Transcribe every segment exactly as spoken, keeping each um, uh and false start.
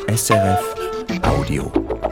S R F Audio.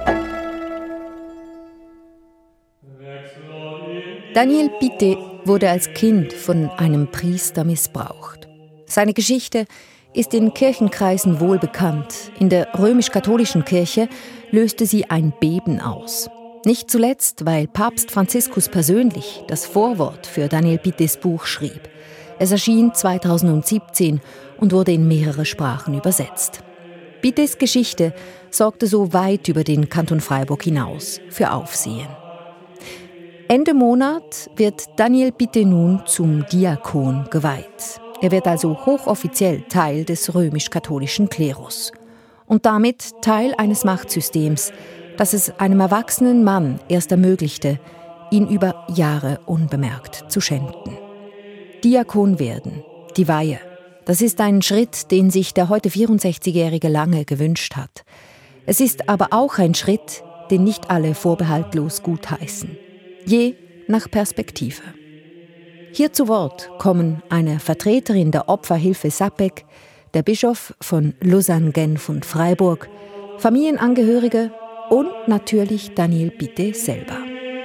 Daniel Pité wurde als Kind von einem Priester missbraucht. Seine Geschichte ist in Kirchenkreisen wohl bekannt. In der römisch-katholischen Kirche löste sie ein Beben aus. Nicht zuletzt, weil Papst Franziskus persönlich das Vorwort für Daniel Pités Buch schrieb. Es erschien zweitausendsiebzehn und wurde in mehrere Sprachen übersetzt. Pités Geschichte sorgte so weit über den Kanton Freiburg hinaus für Aufsehen. Ende Monat wird Daniel Pité nun zum Diakon geweiht. Er wird also hochoffiziell Teil des römisch-katholischen Klerus und damit Teil eines Machtsystems, das es einem erwachsenen Mann erst ermöglichte, ihn über Jahre unbemerkt zu schänden. Diakon werden, die Weihe, das ist ein Schritt, den sich der heute vierundsechzigjährige lange gewünscht hat. Es ist aber auch ein Schritt, den nicht alle vorbehaltlos gutheißen. Je nach Perspektive. Hier zu Wort kommen eine Vertreterin der Opferhilfe S A P E C, der Bischof von Lausanne, Genf und Freiburg, Familienangehörige und natürlich Daniel Pité selber.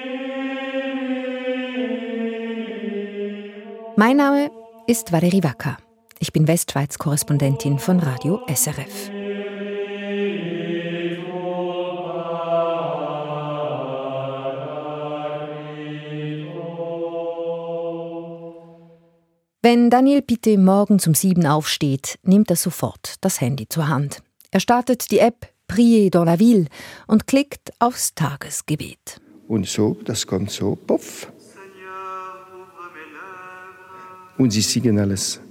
Mein Name ist Valérie Wacker. Ich bin Westschweiz-Korrespondentin von Radio S R F. Wenn Daniel Pité morgens um sieben aufsteht, nimmt er sofort das Handy zur Hand. Er startet die App Prier dans la Ville und klickt aufs Tagesgebet. Und so, das kommt so, puff. Und sie singen alles.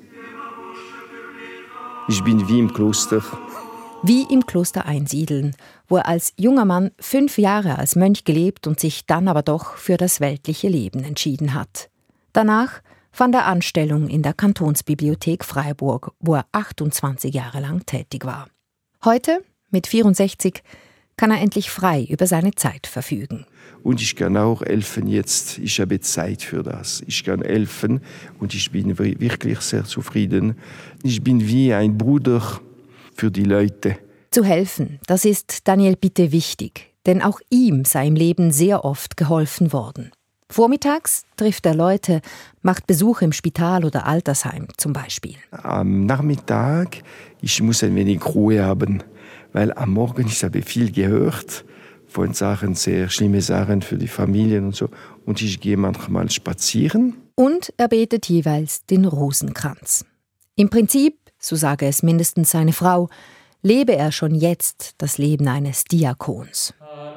Ich bin wie im Kloster. Wie im Kloster einsiedeln, wo er als junger Mann fünf Jahre als Mönch gelebt und sich dann aber doch für das weltliche Leben entschieden hat. Danach fand er Anstellung in der Kantonsbibliothek Freiburg, wo er achtundzwanzig Jahre lang tätig war. Heute, mit vierundsechzig, kann er endlich frei über seine Zeit verfügen. Und ich kann auch helfen jetzt. Ich habe Zeit für das. Ich kann helfen und ich bin wirklich sehr zufrieden. Ich bin wie ein Bruder für die Leute. Zu helfen, das ist Daniel Pité wichtig, denn auch ihm sei im Leben sehr oft geholfen worden. Vormittags trifft er Leute, macht Besuche im Spital oder Altersheim zum Beispiel. Am Nachmittag, ich muss ein wenig Ruhe haben, weil am Morgen ich habe viel gehört von Sachen, sehr schlimme Sachen für die Familien und so. Und ich gehe manchmal spazieren. Und er betet jeweils den Rosenkranz. Im Prinzip, so sage es mindestens seine Frau, lebe er schon jetzt das Leben eines Diakons.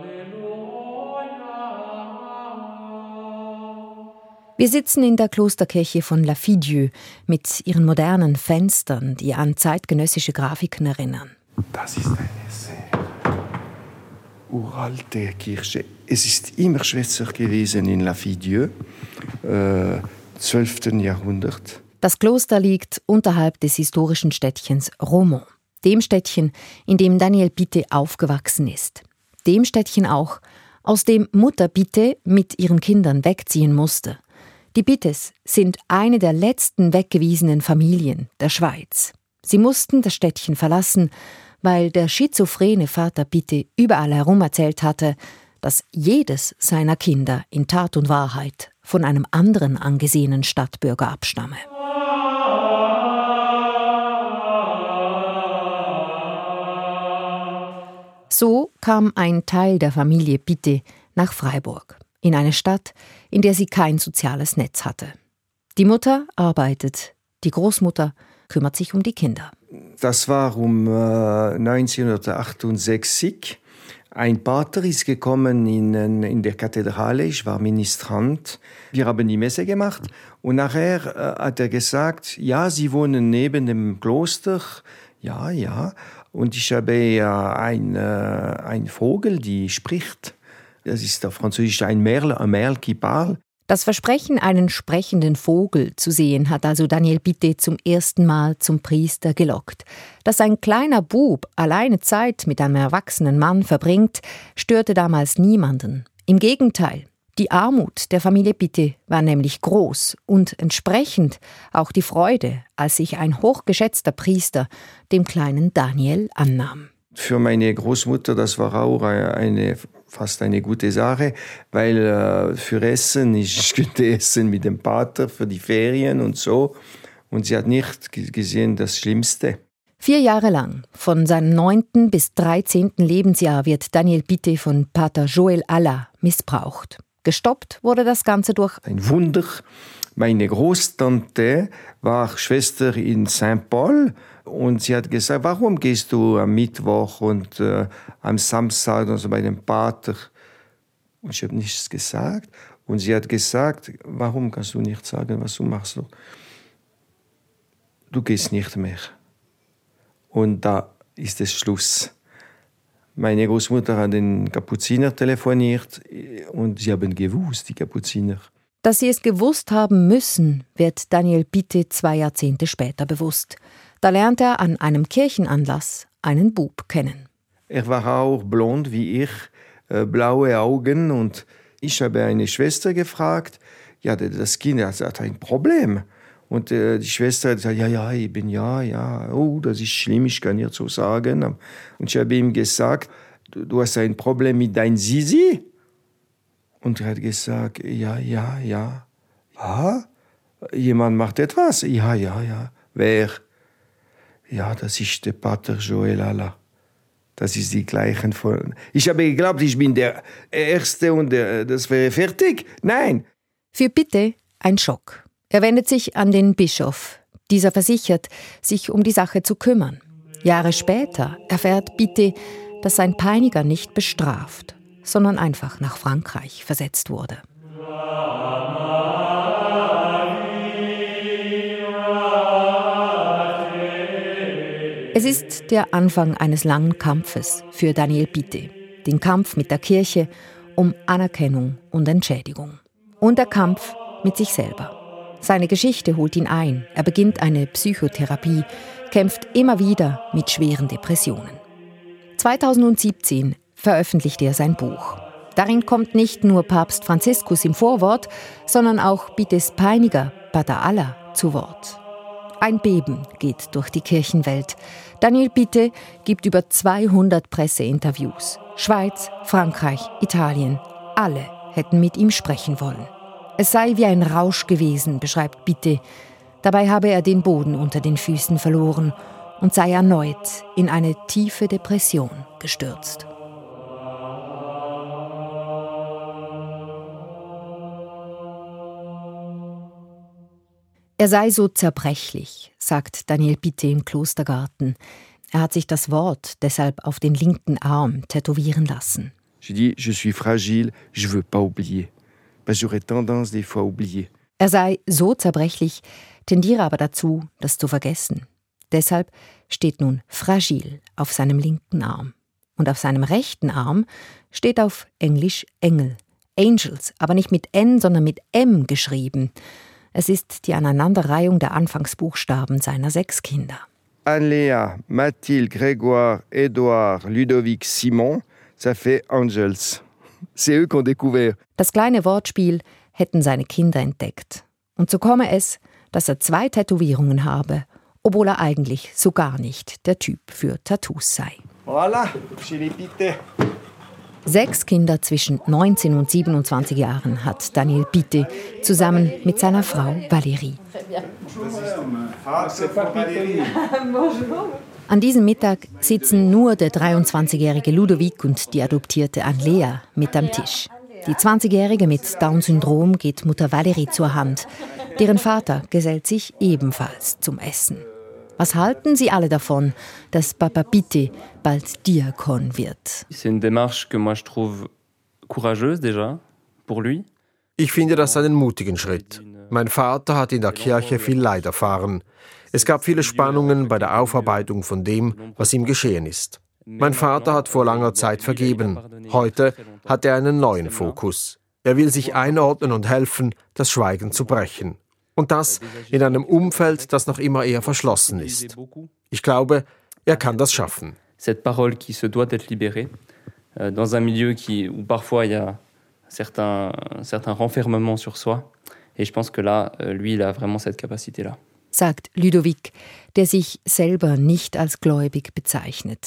Wir sitzen in der Klosterkirche von La Fille-Dieu mit ihren modernen Fenstern, die an zeitgenössische Grafiken erinnern. Das ist eine sehr uralte Kirche. Es ist immer Schweizer gewesen in La Fille-Dieu, äh, zwölften Jahrhundert. Das Kloster liegt unterhalb des historischen Städtchens Romont, dem Städtchen, in dem Daniel Pité aufgewachsen ist. Dem Städtchen auch, aus dem Mutter Pité mit ihren Kindern wegziehen musste. Die Pités sind eine der letzten weggewiesenen Familien der Schweiz. Sie mussten das Städtchen verlassen, weil der schizophrene Vater Pité überall herum erzählt hatte, dass jedes seiner Kinder in Tat und Wahrheit von einem anderen angesehenen Stadtbürger abstamme. So kam ein Teil der Familie Pité nach Freiburg, in eine Stadt, in der sie kein soziales Netz hatte. Die Mutter arbeitet, die Großmutter kümmert sich um die Kinder. Das war um äh, neunzehnhundertachtundsechzig. Ein Pater ist gekommen in, in der Kathedrale, ich war Ministrant. Wir haben die Messe gemacht und nachher äh, hat er gesagt, ja, Sie wohnen neben dem Kloster. Ja, ja. Und ich habe äh, ein, äh, ein Vogel, die spricht. Das ist auf Französisch ein Merle, un Merle qui parle. Das Versprechen, einen sprechenden Vogel zu sehen, hat also Daniel Pité zum ersten Mal zum Priester gelockt. Dass ein kleiner Bub alleine Zeit mit einem erwachsenen Mann verbringt, störte damals niemanden. Im Gegenteil, die Armut der Familie Pité war nämlich groß und entsprechend auch die Freude, als sich ein hochgeschätzter Priester dem kleinen Daniel annahm. Für meine Großmutter, das war auch eine, fast eine gute Sache, weil äh, für Essen, ich könnte essen mit dem Pater für die Ferien und so. Und sie hat nicht gesehen das Schlimmste. Vier Jahre lang, von seinem neunten bis dreizehnten Lebensjahr, wird Daniel Pité von Pater Joël Alla missbraucht. Gestoppt wurde das Ganze durch ein Wunder. Meine Großtante war Schwester in Saint Paul und sie hat gesagt, warum gehst du am Mittwoch und äh, am Samstag und so bei dem Pater? Und ich habe nichts gesagt. Und sie hat gesagt, warum kannst du nicht sagen, was du machst? Du gehst nicht mehr. Und da ist es Schluss. Meine Großmutter hat den Kapuziner telefoniert und sie haben gewusst, die Kapuziner. Dass sie es gewusst haben müssen, wird Daniel Pité zwei Jahrzehnte später bewusst. Da lernt er an einem Kirchenanlass einen Bub kennen. Er war auch blond wie ich, äh, blaue Augen. Und ich habe eine Schwester gefragt, ja, das Kind hat ein Problem. Und äh, die Schwester hat gesagt, ja, ja, ich bin ja, ja, oh, das ist schlimm, ich kann dir so sagen. Und ich habe ihm gesagt, du, du hast ein Problem mit deinem Sisi? Und er hat gesagt, ja, ja, ja. Ah, jemand macht etwas? Ja, ja, ja. Wer? Ja, das ist der Pater Joël Alla. Das ist die gleichen von... Ich habe geglaubt, ich bin der Erste und der, das wäre fertig. Nein. Für Pité ein Schock. Er wendet sich an den Bischof. Dieser versichert, sich um die Sache zu kümmern. Jahre später erfährt Pité, dass sein Peiniger nicht bestraft, sondern einfach nach Frankreich versetzt wurde. Es ist der Anfang eines langen Kampfes für Daniel Pité. Den Kampf mit der Kirche um Anerkennung und Entschädigung. Und der Kampf mit sich selber. Seine Geschichte holt ihn ein. Er beginnt eine Psychotherapie, kämpft immer wieder mit schweren Depressionen. zweitausendsiebzehn veröffentlichte er sein Buch. Darin kommt nicht nur Papst Franziskus im Vorwort, sondern auch Pités Peiniger, Pater Alla, zu Wort. Ein Beben geht durch die Kirchenwelt. Daniel Pité gibt über zweihundert Presseinterviews. Schweiz, Frankreich, Italien, alle hätten mit ihm sprechen wollen. Es sei wie ein Rausch gewesen, beschreibt Pité. Dabei habe er den Boden unter den Füßen verloren und sei erneut in eine tiefe Depression gestürzt. Er sei so zerbrechlich, sagt Daniel Pité im Klostergarten. Er hat sich das Wort deshalb auf den linken Arm tätowieren lassen. Je dis, je suis fragile, je veux pas oublier. J'aurais tendance des fois à oublier. Er sei so zerbrechlich, tendiere aber dazu, das zu vergessen. Deshalb steht nun fragil auf seinem linken Arm. Und auf seinem rechten Arm steht auf Englisch Engel. Angels, aber nicht mit N, sondern mit M geschrieben. Es ist die Aneinanderreihung der Anfangsbuchstaben seiner sechs Kinder. Anne-Léa, Mathilde, Grégoire, Édouard, Ludovic, Simon, ça fait Angels. C'est eux qui ont découvert. Das kleine Wortspiel hätten seine Kinder entdeckt. Und so komme es, dass er zwei Tätowierungen habe, obwohl er eigentlich so gar nicht der Typ für Tattoos sei. Voilà, chez les Pité. Sechs Kinder zwischen neunzehn und siebenundzwanzig Jahren hat Daniel Pité zusammen mit seiner Frau Valérie. An diesem Mittag sitzen nur der dreiundzwanzigjährige Ludovic und die adoptierte Anne-Léa mit am Tisch. Die zwanzigjährige mit Down-Syndrom geht Mutter Valérie zur Hand. Deren Vater gesellt sich ebenfalls zum Essen. Was halten Sie alle davon, dass Papa Pité bald Diakon wird? C'est une démarche que moi je trouve courageuse déjà pour lui. Ich finde das einen mutigen Schritt. Mein Vater hat in der Kirche viel Leid erfahren. Es gab viele Spannungen bei der Aufarbeitung von dem, was ihm geschehen ist. Mein Vater hat vor langer Zeit vergeben. Heute hat er einen neuen Fokus. Er will sich einordnen und helfen, das Schweigen zu brechen. Und das in einem Umfeld, das noch immer eher verschlossen ist. Ich glaube, er kann das schaffen. Cette parole qui se doit être libérée dans un milieu qui où parfois il y a certains certains renfermements sur soi et je pense que là lui il a vraiment cette capacité là. Sagt Ludovic, der sich selber nicht als gläubig bezeichnet.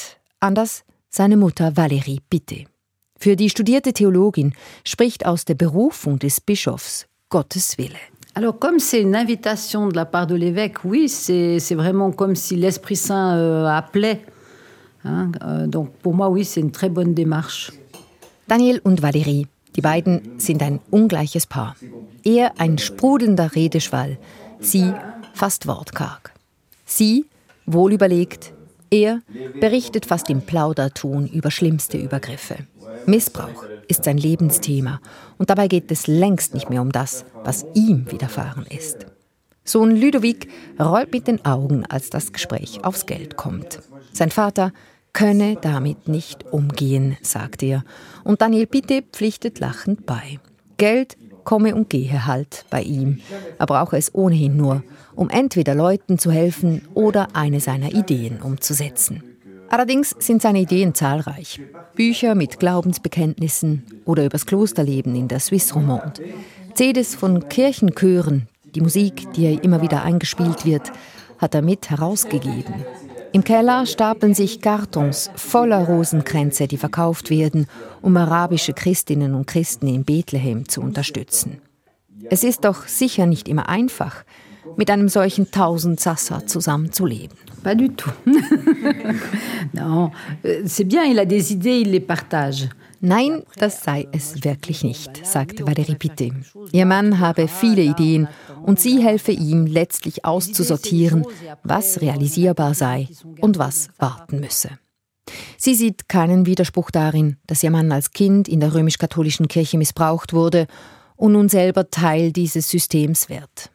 Anders seine Mutter Valérie Pittet. Für die studierte Theologin spricht aus der Berufung des Bischofs Gottes Wille. Alors, comme c'est une invitation de la part de l'évêque, oui, c'est, c'est vraiment comme si l'Esprit Saint euh, appelait. Hein? Euh, donc, pour moi, oui, c'est une très bonne démarche. Daniel und Valérie, die beiden sind ein ungleiches Paar. Er ein sprudelnder Redeschwall, sie fast wortkarg. Sie wohlüberlegt, er berichtet fast im Plauderton über schlimmste Übergriffe. Missbrauch ist sein Lebensthema und dabei geht es längst nicht mehr um das, was ihm widerfahren ist. Sohn Ludovic rollt mit den Augen, als das Gespräch aufs Geld kommt. Sein Vater könne damit nicht umgehen, sagt er. Und Daniel Pittet pflichtet lachend bei. Geld komme und gehe halt bei ihm. Er brauche es ohnehin nur, um entweder Leuten zu helfen oder eine seiner Ideen umzusetzen. Allerdings sind seine Ideen zahlreich. Bücher mit Glaubensbekenntnissen oder übers Klosterleben in der Suisse romande. C Ds von Kirchenchören, die Musik, die er immer wieder eingespielt wird, hat er mit herausgegeben. Im Keller stapeln sich Kartons voller Rosenkränze, die verkauft werden, um arabische Christinnen und Christen in Bethlehem zu unterstützen. Es ist doch sicher nicht immer einfach, mit einem solchen Tausendsassa zusammenzuleben. Pas du tout. Non, c'est bien, il a des idées, il les partage. Nein, das sei es wirklich nicht, sagt Valérie Pittet. Ihr Mann habe viele Ideen und sie helfe ihm letztlich auszusortieren, was realisierbar sei und was warten müsse. Sie sieht keinen Widerspruch darin, dass ihr Mann als Kind in der römisch-katholischen Kirche missbraucht wurde und nun selber Teil dieses Systems wird.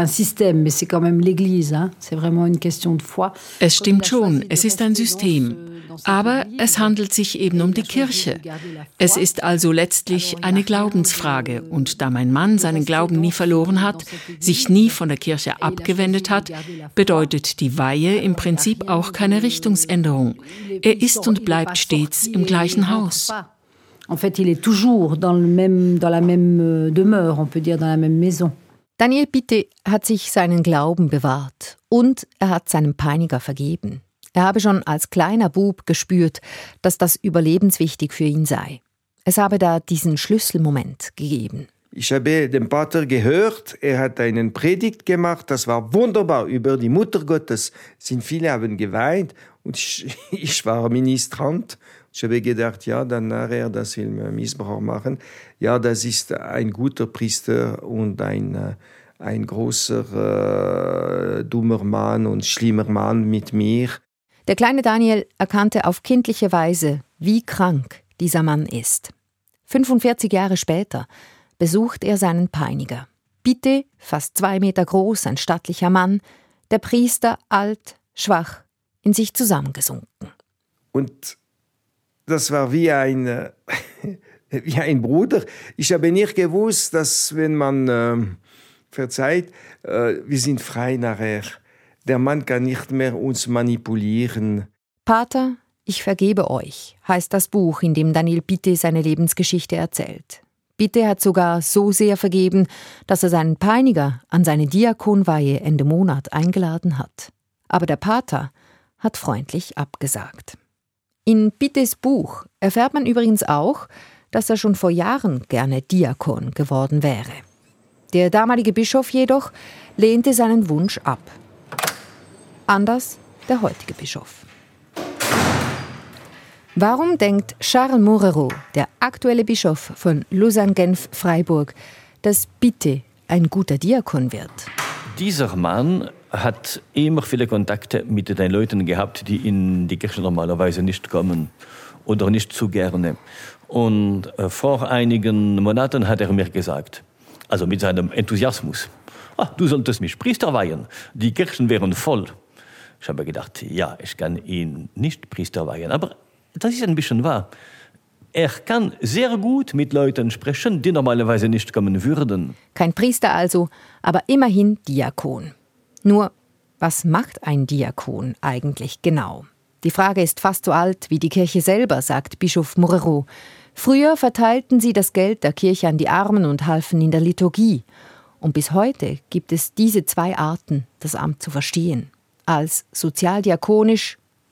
Es stimmt schon, es ist ein System. Aber es handelt sich eben um die Kirche. Es ist also letztlich eine Glaubensfrage. Und da mein Mann seinen Glauben nie verloren hat, sich nie von der Kirche abgewendet hat, bedeutet die Weihe im Prinzip auch keine Richtungsänderung. Er ist und bleibt stets im gleichen Haus. En fait, il est toujours dans le même, dans la même demeure, on peut dire dans la même maison. Daniel Pittet hat sich seinen Glauben bewahrt und er hat seinem Peiniger vergeben. Er habe schon als kleiner Bub gespürt, dass das überlebenswichtig für ihn sei. Es habe da diesen Schlüsselmoment gegeben. Ich habe den Pater gehört, er hat einen Predigt gemacht, das war wunderbar, über die Mutter Gottes. Sind viele haben geweint und ich, ich war Ministrant. Ich habe gedacht, ja, dann nachher, das will mir Missbrauch machen. Ja, das ist ein guter Priester und ein, ein großer, äh, dummer Mann und schlimmer Mann mit mir. Der kleine Daniel erkannte auf kindliche Weise, wie krank dieser Mann ist. fünfundvierzig Jahre später besucht er seinen Peiniger. Pittet, fast zwei Meter groß, ein stattlicher Mann, der Priester alt, schwach, in sich zusammengesunken. Und das war wie ein, wie ein Bruder. Ich habe nicht gewusst, dass wenn man äh, verzeiht, äh, wir sind frei nachher. Der Mann kann nicht mehr uns manipulieren. Pater, ich vergebe euch, heißt das Buch, in dem Daniel Pittet seine Lebensgeschichte erzählt. Pittet hat sogar so sehr vergeben, dass er seinen Peiniger an seine Diakonweihe Ende Monat eingeladen hat. Aber der Pater hat freundlich abgesagt. In Pittets Buch erfährt man übrigens auch, dass er schon vor Jahren gerne Diakon geworden wäre. Der damalige Bischof jedoch lehnte seinen Wunsch ab. Anders der heutige Bischof. Warum denkt Charles Moreau, der aktuelle Bischof von Lausanne-Genf-Freiburg, dass Pittet ein guter Diakon wird? Dieser Mann hat immer viele Kontakte mit den Leuten gehabt, die in die Kirche normalerweise nicht kommen oder nicht zu gerne. Und äh, vor einigen Monaten hat er mir gesagt, also mit seinem Enthusiasmus, ah, du solltest mich Priester weihen, die Kirchen wären voll. Ich habe gedacht, ja, ich kann ihn nicht Priester weihen, aber das ist ein bisschen wahr. Er kann sehr gut mit Leuten sprechen, die normalerweise nicht kommen würden. Kein Priester also, aber immerhin Diakon. Nur, was macht ein Diakon eigentlich genau? Die Frage ist fast so alt wie die Kirche selber, sagt Bischof Moreau. Früher verteilten sie das Geld der Kirche an die Armen und halfen in der Liturgie. Und bis heute gibt es diese zwei Arten, das Amt zu verstehen. Als sozialdiakonisch und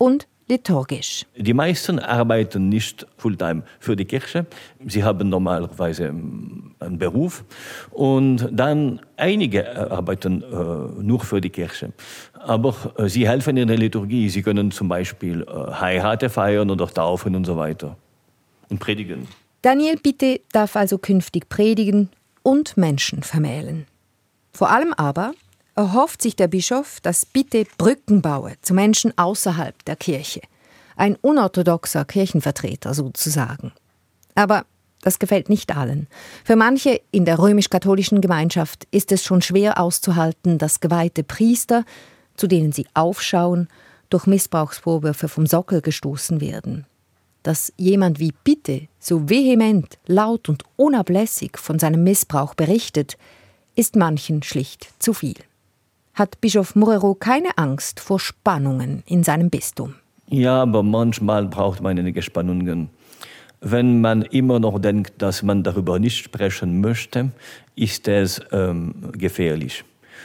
liturgisch. Die meisten arbeiten nicht fulltime für die Kirche. Sie haben normalerweise einen Beruf. Und dann einige arbeiten äh, nur für die Kirche. Aber äh, sie helfen in der Liturgie. Sie können zum Beispiel äh, Heirat feiern oder taufen und so weiter. Und predigen. Daniel Pitte darf also künftig predigen und Menschen vermählen. Vor allem aber erhofft sich der Bischof, dass Pitte Brücken baue zu Menschen außerhalb der Kirche. Ein unorthodoxer Kirchenvertreter sozusagen. Aber das gefällt nicht allen. Für manche in der römisch-katholischen Gemeinschaft ist es schon schwer auszuhalten, dass geweihte Priester, zu denen sie aufschauen, durch Missbrauchsvorwürfe vom Sockel gestoßen werden. Dass jemand wie Pitte so vehement, laut und unablässig von seinem Missbrauch berichtet, ist manchen schlicht zu viel. Hat Bischof Moreau keine Angst vor Spannungen in seinem Bistum? Ja, aber manchmal braucht man einige Spannungen. Wenn man immer noch denkt, dass man darüber nicht sprechen möchte, ist es ähm, gefährlich.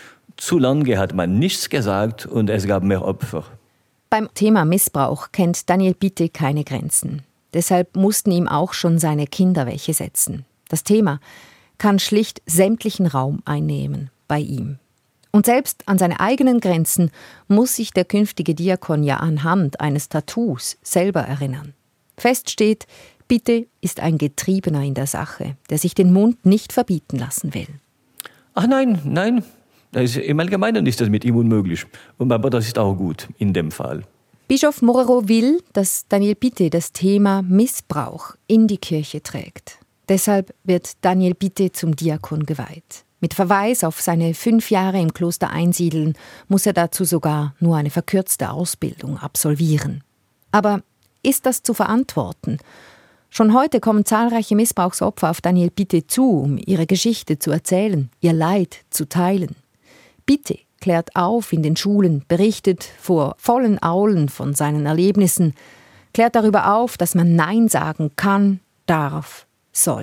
Zu lange hat man nichts gesagt und es gab mehr Opfer. Beim Thema Missbrauch kennt Daniel Pitte keine Grenzen. Deshalb mussten ihm auch schon seine Kinder welche setzen. Das Thema kann schlicht sämtlichen Raum einnehmen bei ihm. Und selbst an seine eigenen Grenzen muss sich der künftige Diakon ja anhand eines Tattoos selber erinnern. Fest steht, Pitte ist ein Getriebener in der Sache, der sich den Mund nicht verbieten lassen will. Ach nein, nein, das ist, im Allgemeinen ist das mit ihm unmöglich. Aber das ist auch gut in dem Fall. Bischof Moreau will, dass Daniel Pitte das Thema Missbrauch in die Kirche trägt. Deshalb wird Daniel Pitte zum Diakon geweiht. Mit Verweis auf seine fünf Jahre im Kloster Einsiedeln muss er dazu sogar nur eine verkürzte Ausbildung absolvieren. Aber ist das zu verantworten? Schon heute kommen zahlreiche Missbrauchsopfer auf Daniel Pitte zu, um ihre Geschichte zu erzählen, ihr Leid zu teilen. Pitte klärt auf in den Schulen, berichtet vor vollen Aulen von seinen Erlebnissen, klärt darüber auf, dass man Nein sagen kann, darf, soll.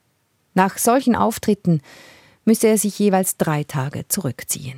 Nach solchen Auftritten müsse er sich jeweils drei Tage zurückziehen.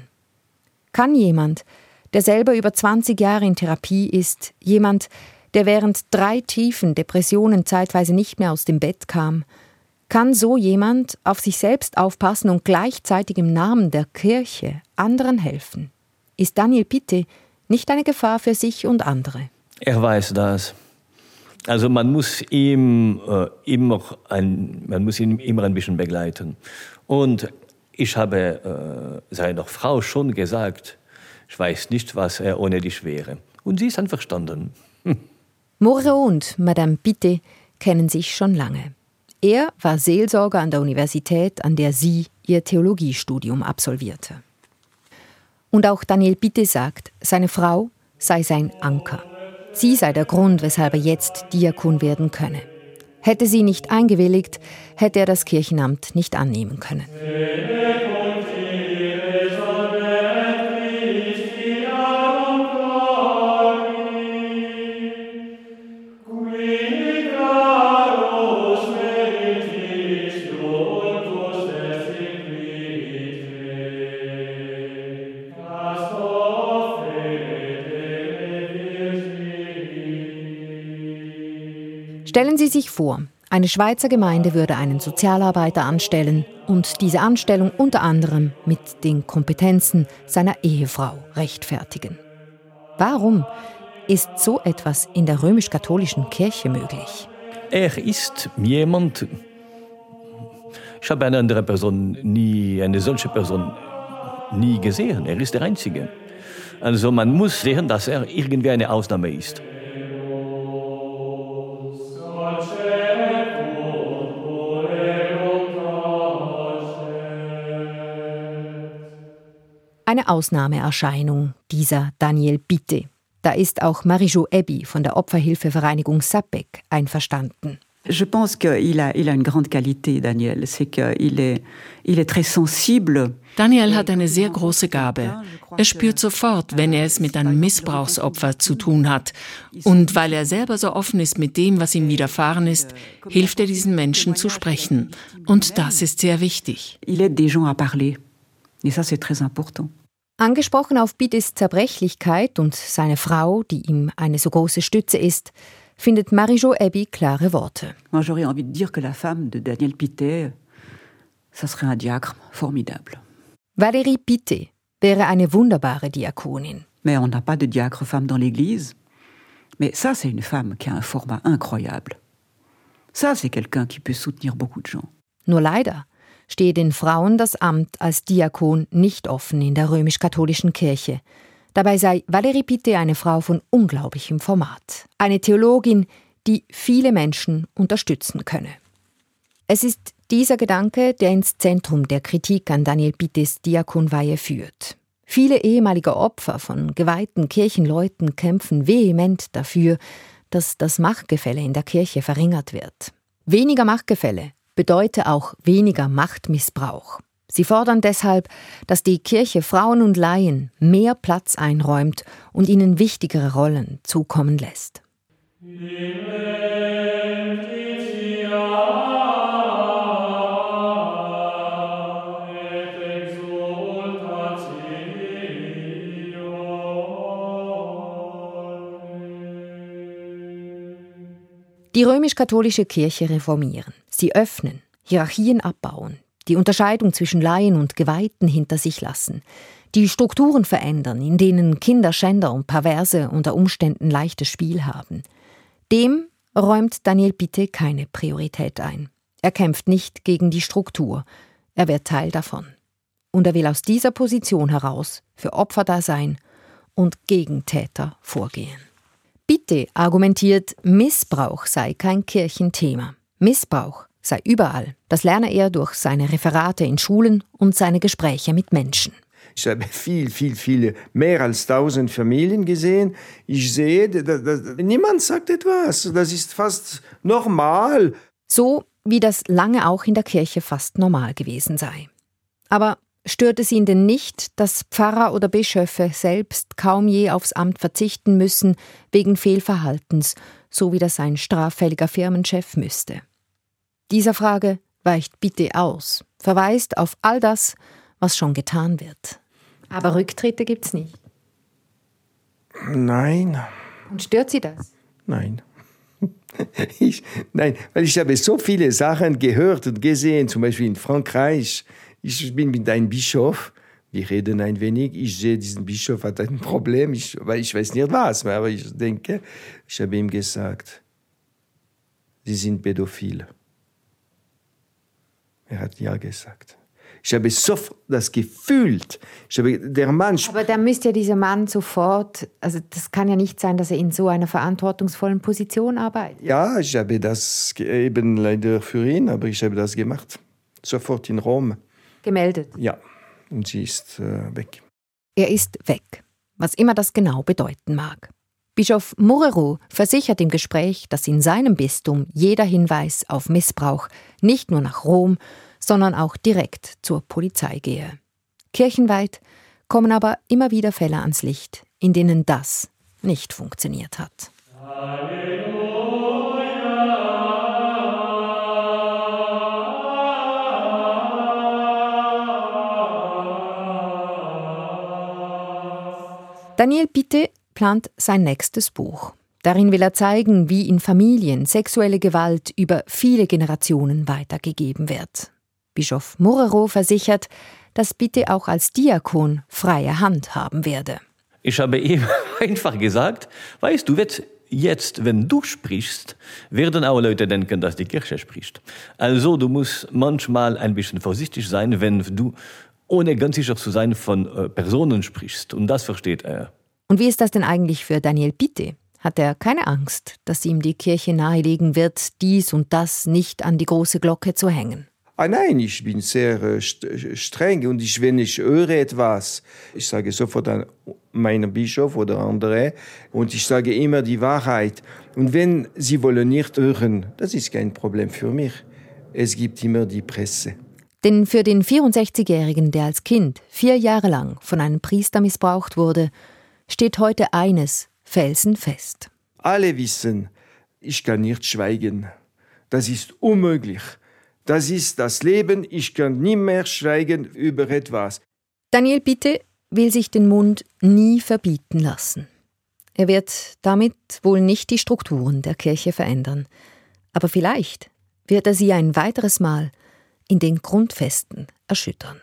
Kann jemand, der selber über zwanzig Jahre in Therapie ist, jemand, der während drei tiefen Depressionen zeitweise nicht mehr aus dem Bett kam, kann so jemand auf sich selbst aufpassen und gleichzeitig im Namen der Kirche anderen helfen? Ist Daniel Pitte nicht eine Gefahr für sich und andere? Er weiß das. Also man muss ihm äh, immer ein, man muss ihn immer ein bisschen begleiten. Und ich habe äh, seiner Frau schon gesagt, ich weiß nicht, was er ohne dich wäre. Und sie ist einverstanden. Hm. Moreau und Madame Pitte kennen sich schon lange. Er war Seelsorger an der Universität, an der sie ihr Theologiestudium absolvierte. Und auch Daniel Pitte sagt, seine Frau sei sein Anker. Sie sei der Grund, weshalb er jetzt Diakon werden könne. Hätte sie nicht eingewilligt, hätte er das Kirchenamt nicht annehmen können. Stellen Sie sich vor, eine Schweizer Gemeinde würde einen Sozialarbeiter anstellen und diese Anstellung unter anderem mit den Kompetenzen seiner Ehefrau rechtfertigen. Warum ist so etwas in der römisch-katholischen Kirche möglich? Er ist jemand, ich habe eine andere Person nie, eine solche Person nie gesehen. Er ist der Einzige. Also man muss sehen, dass er irgendwie eine Ausnahme ist. Eine Ausnahmeerscheinung, dieser Daniel Pitte. Da ist auch Marie-Jo Ebbi von der Opferhilfevereinigung S A P E C einverstanden. Je pense qu'il a, il a une grande qualité, Daniel. C'est qu'il est, il est très sensible. Daniel hat eine sehr große Gabe. Er spürt sofort, wenn er es mit einem Missbrauchsopfer zu tun hat. Und weil er selber so offen ist mit dem, was ihm widerfahren ist, hilft er diesen Menschen zu sprechen. Und das ist sehr wichtig. Il aide des gens à parler. Et ça, c'est très important. Angesprochen auf Pittés Zerbrechlichkeit und seine Frau, die ihm eine so große Stütze ist, findet Marie-Jo Eby klare Worte. Moi, j'aurais envie de dire que la femme de Daniel Pittet, ça serait un diacre formidable. Valérie Pittet wäre eine wunderbare Diakonin. Mais on n'a pas de diacre femme dans l'Église. Mais ça, c'est une femme qui a un format incroyable. Ça, c'est quelqu'un qui peut soutenir beaucoup de gens. Nur leider stehe den Frauen das Amt als Diakon nicht offen in der römisch-katholischen Kirche. Dabei sei Valérie Pittet eine Frau von unglaublichem Format. Eine Theologin, die viele Menschen unterstützen könne. Es ist dieser Gedanke, der ins Zentrum der Kritik an Daniel Pittets Diakonweihe führt. Viele ehemalige Opfer von geweihten Kirchenleuten kämpfen vehement dafür, dass das Machtgefälle in der Kirche verringert wird. Weniger Machtgefälle bedeute auch weniger Machtmissbrauch. Sie fordern deshalb, dass die Kirche Frauen und Laien mehr Platz einräumt und ihnen wichtigere Rollen zukommen lässt. Die römisch-katholische Kirche reformieren, sie öffnen, Hierarchien abbauen, die Unterscheidung zwischen Laien und Geweihten hinter sich lassen, die Strukturen verändern, in denen Kinder, Schänder und Perverse unter Umständen leichtes Spiel haben. Dem räumt Daniel Pittet keine Priorität ein. Er kämpft nicht gegen die Struktur, er wird Teil davon. Und er will aus dieser Position heraus für Opfer da sein und gegen Täter vorgehen. Pittet argumentiert, Missbrauch sei kein Kirchenthema. Missbrauch sei überall. Das lerne er durch seine Referate in Schulen und seine Gespräche mit Menschen. Ich habe viel, viel, viele, mehr als tausend Familien gesehen. Ich sehe, dass, dass, niemand sagt etwas. Das ist fast normal. So wie das lange auch in der Kirche fast normal gewesen sei. Aber stört es ihn denn nicht, dass Pfarrer oder Bischöfe selbst kaum je aufs Amt verzichten müssen wegen Fehlverhaltens, so wie das ein straffälliger Firmenchef müsste? Dieser Frage weicht Pittet aus, verweist auf all das, was schon getan wird. Aber Rücktritte gibt's nicht. Nein. Und stört Sie das? Nein. Ich, nein, weil ich habe so viele Sachen gehört und gesehen, zum Beispiel in Frankreich. Ich bin mit einem Bischof, wir reden ein wenig, ich sehe, diesen Bischof hat ein Problem, ich, weil ich weiß nicht was, aber ich denke, ich habe ihm gesagt, Sie sind pädophil. Er hat ja gesagt. Ich habe sofort das gefühlt. Ich habe, der Mann Aber dann müsste ja dieser Mann sofort, also das kann ja nicht sein, dass er in so einer verantwortungsvollen Position arbeitet. Ja, ich habe das eben leider für ihn, aber ich habe das gemacht. Sofort in Rom. Gemeldet? Ja, und sie ist äh, weg. Er ist weg, was immer das genau bedeuten mag. Bischof Murero versichert im Gespräch, dass in seinem Bistum jeder Hinweis auf Missbrauch nicht nur nach Rom, sondern auch direkt zur Polizei gehe. Kirchenweit kommen aber immer wieder Fälle ans Licht, in denen das nicht funktioniert hat. Daniel Pittet plant sein nächstes Buch. Darin will er zeigen, wie in Familien sexuelle Gewalt über viele Generationen weitergegeben wird. Bischof Murero versichert, dass Pittet auch als Diakon freie Hand haben werde. Ich habe ihm einfach gesagt, weißt du, jetzt, wenn du sprichst, werden auch Leute denken, dass die Kirche spricht. Also du musst manchmal ein bisschen vorsichtig sein, wenn du, ohne ganz sicher zu sein, von äh, Personen sprichst. Und das versteht er. Und wie ist das denn eigentlich für Daniel Pittet? Hat er keine Angst, dass ihm die Kirche nahelegen wird, dies und das nicht an die große Glocke zu hängen? Ah nein, ich bin sehr äh, streng und ich, wenn ich höre etwas, ich sage sofort an meinen Bischof oder andere und ich sage immer die Wahrheit. Und wenn sie wollen nicht hören, das ist kein Problem für mich. Es gibt immer die Presse. Denn für den vierundsechzigjährigen, der als Kind vier Jahre lang von einem Priester missbraucht wurde, steht heute eines felsenfest. Alle wissen, ich kann nicht schweigen. Das ist unmöglich. Das ist das Leben, ich kann nie mehr schweigen über etwas. Daniel Pittet will sich den Mund nie verbieten lassen. Er wird damit wohl nicht die Strukturen der Kirche verändern, aber vielleicht wird er sie ein weiteres Mal in den Grundfesten erschüttern.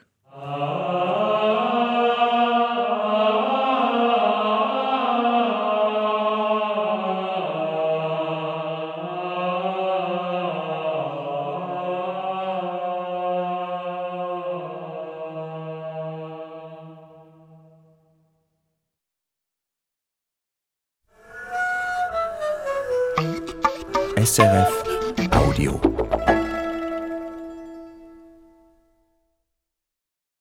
S R F Audio.